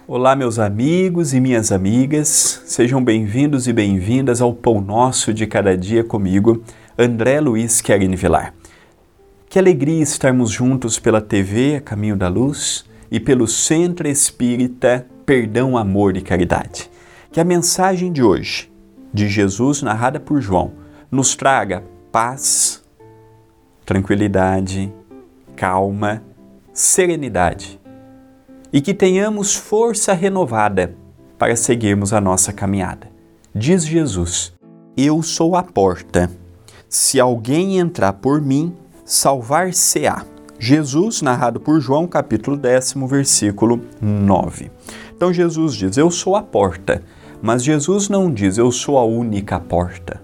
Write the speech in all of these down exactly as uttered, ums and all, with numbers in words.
Olá, meus amigos e minhas amigas, sejam bem-vindos e bem-vindas ao Pão Nosso de Cada Dia comigo, André Luiz Querini Vilar. Que alegria estarmos juntos pela T V A Caminho da Luz e pelo Centro Espírita Perdão, Amor e Caridade. Que a mensagem de hoje, de Jesus narrada por João, nos traga paz, tranquilidade, calma, serenidade e que tenhamos força renovada para seguirmos a nossa caminhada. Diz Jesus: eu sou a porta. Se alguém entrar por mim, salvar-se-á. Jesus, narrado por João, capítulo décimo, versículo nove. Então Jesus diz: eu sou a porta, mas Jesus não diz: eu sou a única porta.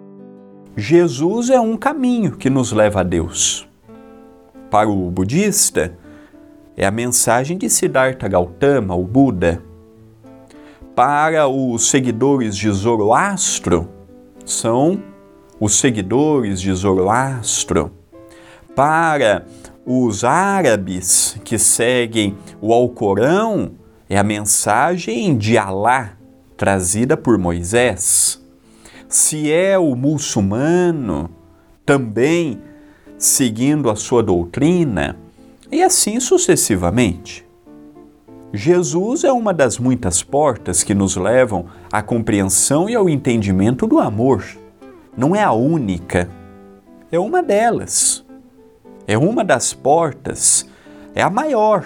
Jesus é um caminho que nos leva a Deus. Para o budista, é a mensagem de Siddhartha Gautama, o Buda. Para os seguidores de Zoroastro, são os seguidores de Zoroastro. Para os árabes que seguem o Alcorão, é a mensagem de Alá, trazida por Moisés. Se é o muçulmano, também seguindo a sua doutrina, e assim sucessivamente. Jesus é uma das muitas portas que nos levam à compreensão e ao entendimento do amor. Não é a única, é uma delas. É uma das portas, é a maior.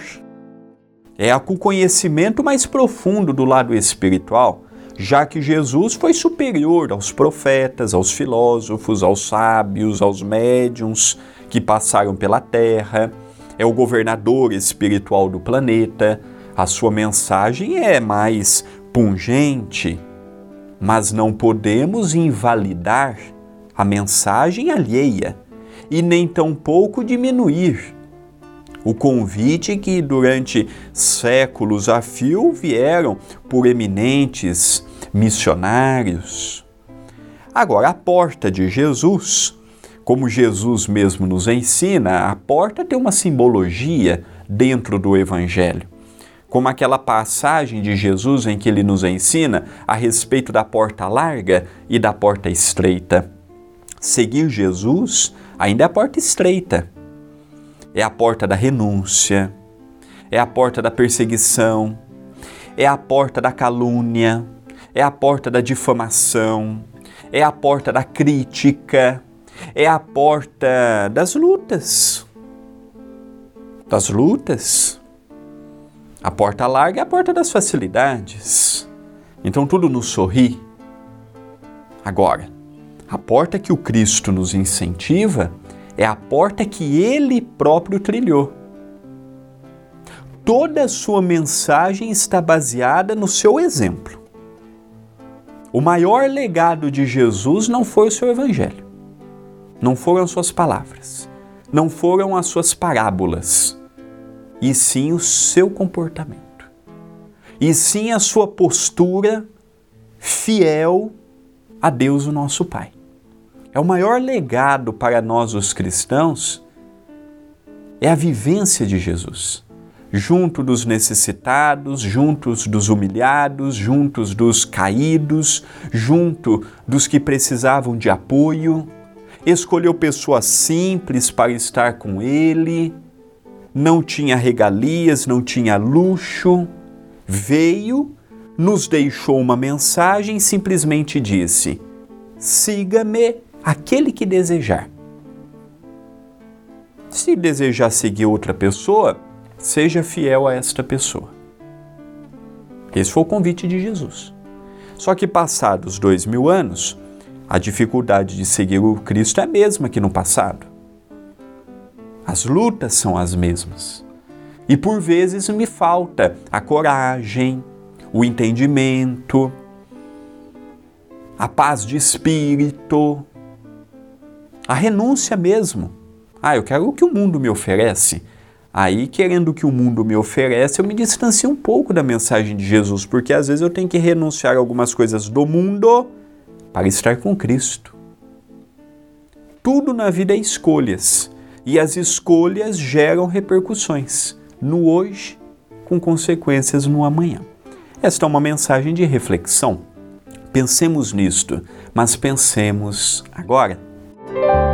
É a com conhecimento mais profundo do lado espiritual, já que Jesus foi superior aos profetas, aos filósofos, aos sábios, aos médiuns que passaram pela terra. É o governador espiritual do planeta, a sua mensagem é mais pungente, mas não podemos invalidar a mensagem alheia e nem tampouco diminuir o convite que durante séculos a fio vieram por eminentes missionários. Agora, a porta de Jesus, como Jesus mesmo nos ensina, a porta tem uma simbologia dentro do Evangelho. Como aquela passagem de Jesus em que ele nos ensina a respeito da porta larga e da porta estreita. Seguir Jesus ainda é a porta estreita. É a porta da renúncia, é a porta da perseguição, é a porta da calúnia, é a porta da difamação, é a porta da crítica, é a porta das lutas. Das lutas. A porta larga é a porta das facilidades. Então tudo nos sorri. Agora, a porta que o Cristo nos incentiva é a porta que Ele próprio trilhou. Toda a sua mensagem está baseada no seu exemplo. O maior legado de Jesus não foi o seu Evangelho. Não foram as suas palavras, não foram as suas parábolas, e sim o seu comportamento, e sim a sua postura fiel a Deus, o nosso Pai. É o maior legado para nós, os cristãos, é a vivência de Jesus, junto dos necessitados, juntos dos humilhados, juntos dos caídos, junto dos que precisavam de apoio. Escolheu pessoas simples para estar com Ele, não tinha regalias, não tinha luxo, veio, nos deixou uma mensagem e simplesmente disse: siga-me aquele que desejar. Se desejar seguir outra pessoa, seja fiel a esta pessoa. Esse foi o convite de Jesus. Só que passados dois mil anos, a dificuldade de seguir o Cristo é a mesma que no passado. As lutas são as mesmas. E por vezes me falta a coragem, o entendimento, a paz de espírito, a renúncia mesmo. Ah, eu quero o que o mundo me oferece. Aí, querendo o que o mundo me oferece, eu me distancio um pouco da mensagem de Jesus, porque às vezes eu tenho que renunciar a algumas coisas do mundo para estar com Cristo. Tudo na vida é escolhas, e as escolhas geram repercussões no hoje, com consequências no amanhã. Esta é uma mensagem de reflexão. Pensemos nisto, mas pensemos agora.